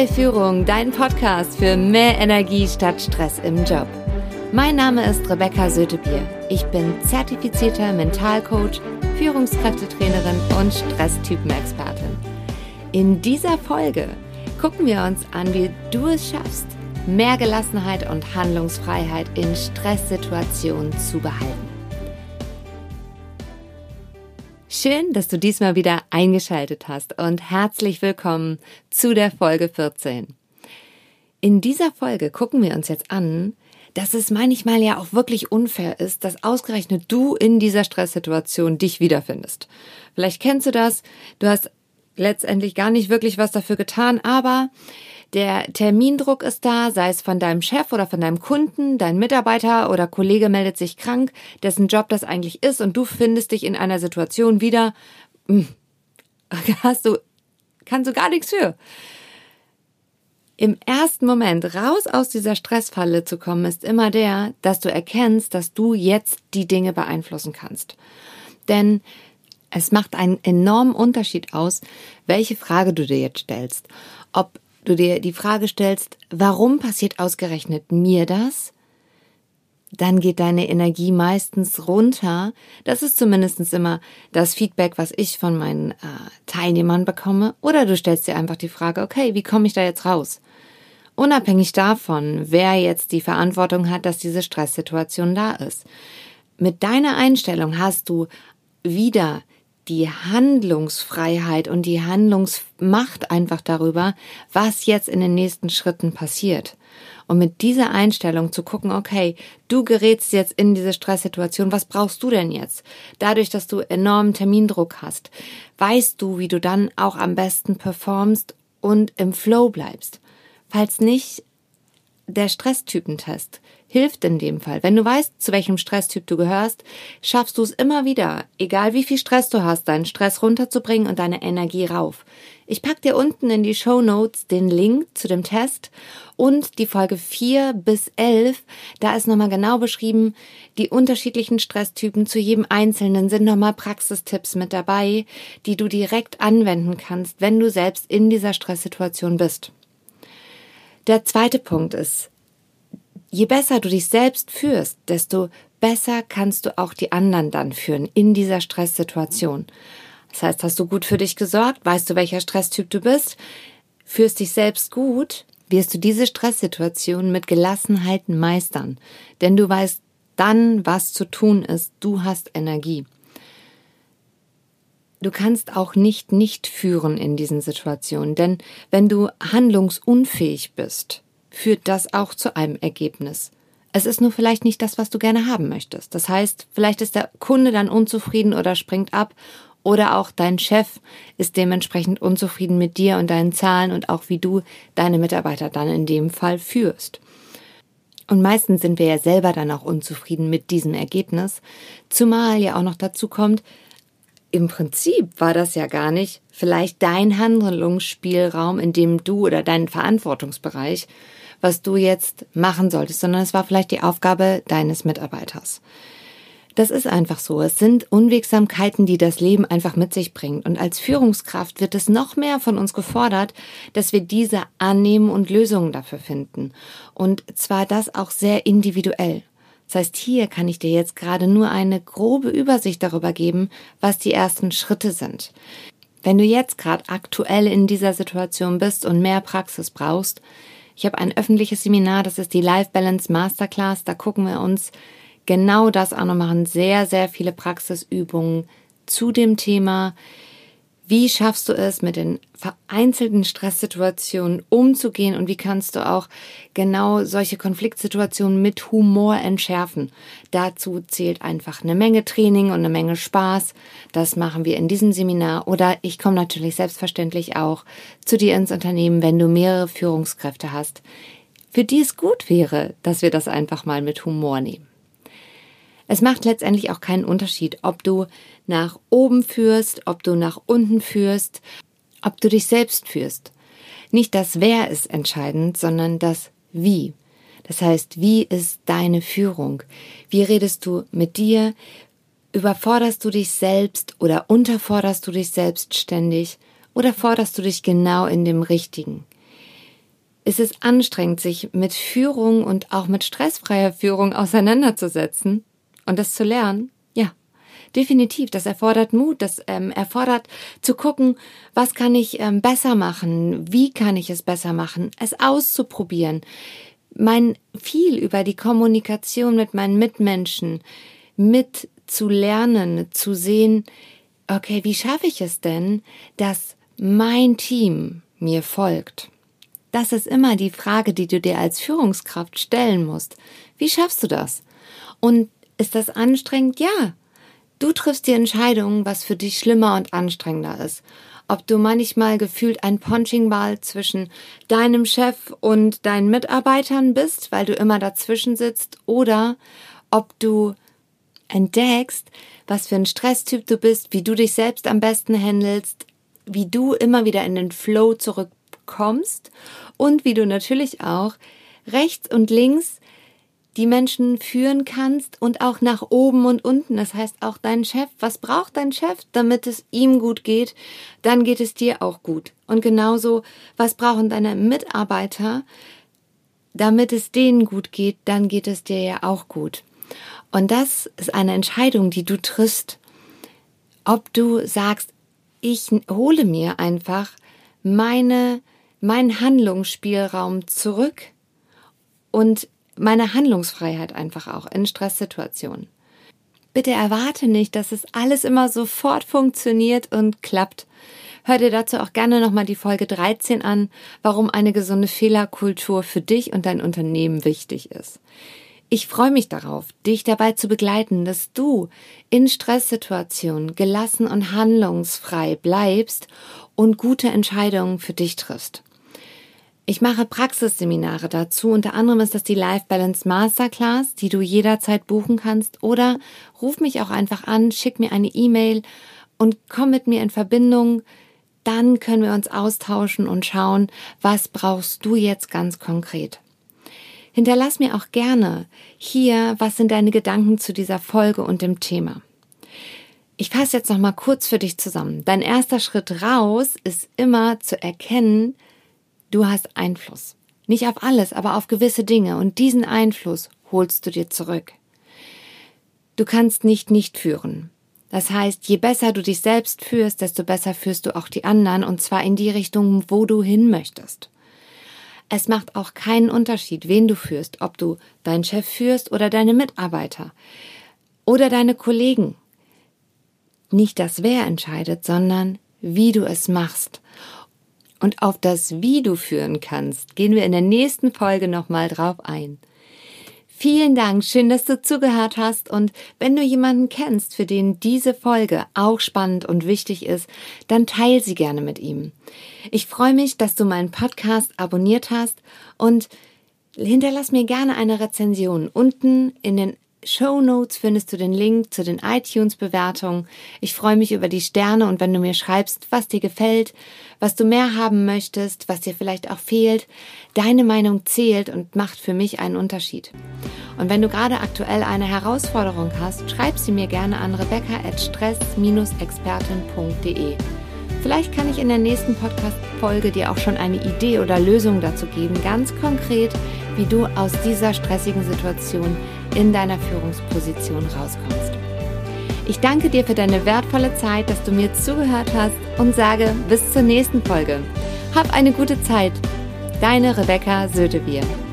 Freie Führung, dein Podcast für mehr Energie statt Stress im Job. Mein Name ist Rebecca Sötebier. Ich bin zertifizierter Mentalcoach, Führungskräftetrainerin und Stresstypenexpertin. In dieser Folge gucken wir uns an, wie du es schaffst, mehr Gelassenheit und Handlungsfreiheit in Stresssituationen zu behalten. Schön, dass du diesmal wieder eingeschaltet hast und herzlich willkommen zu der Folge 14. In dieser Folge gucken wir uns jetzt an, dass es manchmal ja auch wirklich unfair ist, dass ausgerechnet du in dieser Stresssituation dich wiederfindest. Vielleicht kennst du das, du hast letztendlich gar nicht wirklich was dafür getan, aber der Termindruck ist da, sei es von deinem Chef oder von deinem Kunden, dein Mitarbeiter oder Kollege meldet sich krank, dessen Job das eigentlich ist und du findest dich in einer Situation wieder, kannst du gar nichts für. Im ersten Moment raus aus dieser Stressfalle zu kommen, ist immer dass du erkennst, dass du jetzt die Dinge beeinflussen kannst. Denn es macht einen enormen Unterschied aus, welche Frage du dir jetzt stellst. Ob du dir die Frage stellst, warum passiert ausgerechnet mir das? Dann geht deine Energie meistens runter. Das ist zumindest immer das Feedback, was ich von meinen Teilnehmern bekomme. Oder du stellst dir einfach die Frage, okay, wie komme ich da jetzt raus? Unabhängig davon, wer jetzt die Verantwortung hat, dass diese Stresssituation da ist. Mit deiner Einstellung hast du wieder die Handlungsfreiheit und die Handlungsmacht einfach darüber, was jetzt in den nächsten Schritten passiert. Und mit dieser Einstellung zu gucken, okay, du gerätst jetzt in diese Stresssituation, was brauchst du denn jetzt? Dadurch, dass du enormen Termindruck hast, weißt du, wie du dann auch am besten performst und im Flow bleibst. Falls nicht, der Stresstypentest hilft in dem Fall. Wenn du weißt, zu welchem Stresstyp du gehörst, schaffst du es immer wieder, egal wie viel Stress du hast, deinen Stress runterzubringen und deine Energie rauf. Ich pack dir unten in die Shownotes den Link zu dem Test und die Folge 4 bis 11. Da ist nochmal genau beschrieben, die unterschiedlichen Stresstypen zu jedem Einzelnen sind nochmal Praxistipps mit dabei, die du direkt anwenden kannst, wenn du selbst in dieser Stresssituation bist. Der zweite Punkt ist, je besser du dich selbst führst, desto besser kannst du auch die anderen dann führen in dieser Stresssituation. Das heißt, hast du gut für dich gesorgt, weißt du, welcher Stresstyp du bist, führst dich selbst gut, wirst du diese Stresssituation mit Gelassenheit meistern. Denn du weißt dann, was zu tun ist. Du hast Energie. Du kannst auch nicht führen in diesen Situationen, denn wenn du handlungsunfähig bist, führt das auch zu einem Ergebnis. Es ist nur vielleicht nicht das, was du gerne haben möchtest. Das heißt, vielleicht ist der Kunde dann unzufrieden oder springt ab oder auch dein Chef ist dementsprechend unzufrieden mit dir und deinen Zahlen und auch wie du deine Mitarbeiter dann in dem Fall führst. Und meistens sind wir ja selber dann auch unzufrieden mit diesem Ergebnis, zumal ja auch noch dazu kommt, im Prinzip war das ja gar nicht vielleicht dein Handlungsspielraum, in dem du oder dein Verantwortungsbereich, was du jetzt machen solltest, sondern es war vielleicht die Aufgabe deines Mitarbeiters. Das ist einfach so. Es sind Unwegsamkeiten, die das Leben einfach mit sich bringt. Und als Führungskraft wird es noch mehr von uns gefordert, dass wir diese annehmen und Lösungen dafür finden. Und zwar das auch sehr individuell. Das heißt, hier kann ich dir jetzt gerade nur eine grobe Übersicht darüber geben, was die ersten Schritte sind. Wenn du jetzt gerade aktuell in dieser Situation bist und mehr Praxis brauchst, ich habe ein öffentliches Seminar, das ist die Life Balance Masterclass, da gucken wir uns genau das an und machen sehr, sehr viele Praxisübungen zu dem Thema, wie schaffst du es, mit den vereinzelten Stresssituationen umzugehen und wie kannst du auch genau solche Konfliktsituationen mit Humor entschärfen. Dazu zählt einfach eine Menge Training und eine Menge Spaß. Das machen wir in diesem Seminar oder ich komme natürlich selbstverständlich auch zu dir ins Unternehmen, wenn du mehrere Führungskräfte hast, für die es gut wäre, dass wir das einfach mal mit Humor nehmen. Es macht letztendlich auch keinen Unterschied, ob du nach oben führst, ob du nach unten führst, ob du dich selbst führst. Nicht das Wer ist entscheidend, sondern das Wie. Das heißt, wie ist deine Führung? Wie redest du mit dir? Überforderst du dich selbst oder unterforderst du dich selbst ständig? Oder forderst du dich genau in dem Richtigen? ist es anstrengend, sich mit Führung und auch mit stressfreier Führung auseinanderzusetzen und das zu lernen? Ja, definitiv. Das erfordert Mut, das erfordert zu gucken, was kann ich besser machen, wie kann ich es besser machen, es auszuprobieren, viel über die Kommunikation mit meinen Mitmenschen mit zu lernen, zu sehen, okay, wie schaffe ich es denn, dass mein Team mir folgt? Das ist immer die Frage, die du dir als Führungskraft stellen musst. Wie schaffst du das? Und ist das anstrengend? Ja. Du triffst die Entscheidung, was für dich schlimmer und anstrengender ist. Ob du manchmal gefühlt ein Punching-Ball zwischen deinem Chef und deinen Mitarbeitern bist, weil du immer dazwischen sitzt, oder ob du entdeckst, was für ein Stresstyp du bist, wie du dich selbst am besten handelst, wie du immer wieder in den Flow zurückkommst und wie du natürlich auch rechts und links die Menschen führen kannst und auch nach oben und unten. Das heißt auch dein Chef. Was braucht dein Chef, damit es ihm gut geht? Dann geht es dir auch gut. Und genauso, was brauchen deine Mitarbeiter, damit es denen gut geht? Dann geht es dir ja auch gut. Und das ist eine Entscheidung, die du triffst. Ob du sagst, ich hole mir einfach meinen Handlungsspielraum zurück und meine Handlungsfreiheit einfach auch in Stresssituationen. Bitte erwarte nicht, dass es alles immer sofort funktioniert und klappt. Hör dir dazu auch gerne nochmal die Folge 13 an, warum eine gesunde Fehlerkultur für dich und dein Unternehmen wichtig ist. Ich freue mich darauf, dich dabei zu begleiten, dass du in Stresssituationen gelassen und handlungsfrei bleibst und gute Entscheidungen für dich triffst. Ich mache Praxisseminare dazu, unter anderem ist das die Life Balance Masterclass, die du jederzeit buchen kannst, oder ruf mich auch einfach an, schick mir eine E-Mail und komm mit mir in Verbindung, dann können wir uns austauschen und schauen, was brauchst du jetzt ganz konkret. Hinterlass mir auch gerne hier, was sind deine Gedanken zu dieser Folge und dem Thema. Ich fasse jetzt nochmal kurz für dich zusammen. Dein erster Schritt raus ist immer zu erkennen, du hast Einfluss. Nicht auf alles, aber auf gewisse Dinge. Und diesen Einfluss holst du dir zurück. Du kannst nicht führen. Das heißt, je besser du dich selbst führst, desto besser führst du auch die anderen. Und zwar in die Richtung, wo du hin möchtest. Es macht auch keinen Unterschied, wen du führst. Ob du deinen Chef führst oder deine Mitarbeiter oder deine Kollegen. Nicht das Wer entscheidet, sondern wie du es machst. Und auf das, wie du führen kannst, gehen wir in der nächsten Folge nochmal drauf ein. Vielen Dank, schön, dass du zugehört hast, und wenn du jemanden kennst, für den diese Folge auch spannend und wichtig ist, dann teil sie gerne mit ihm. Ich freue mich, dass du meinen Podcast abonniert hast, und hinterlass mir gerne eine Rezension. Unten in den Shownotes findest du den Link zu den iTunes-Bewertungen. Ich freue mich über die Sterne, und wenn du mir schreibst, was dir gefällt, was du mehr haben möchtest, was dir vielleicht auch fehlt, deine Meinung zählt und macht für mich einen Unterschied. Und wenn du gerade aktuell eine Herausforderung hast, schreib sie mir gerne an rebecca@stress-expertin.de. Vielleicht kann ich in der nächsten Podcast-Folge dir auch schon eine Idee oder Lösung dazu geben, ganz konkret, wie du aus dieser stressigen Situation in deiner Führungsposition rauskommst. Ich danke dir für deine wertvolle Zeit, dass du mir zugehört hast, und sage bis zur nächsten Folge. Hab eine gute Zeit. Deine Rebecca Sötebier.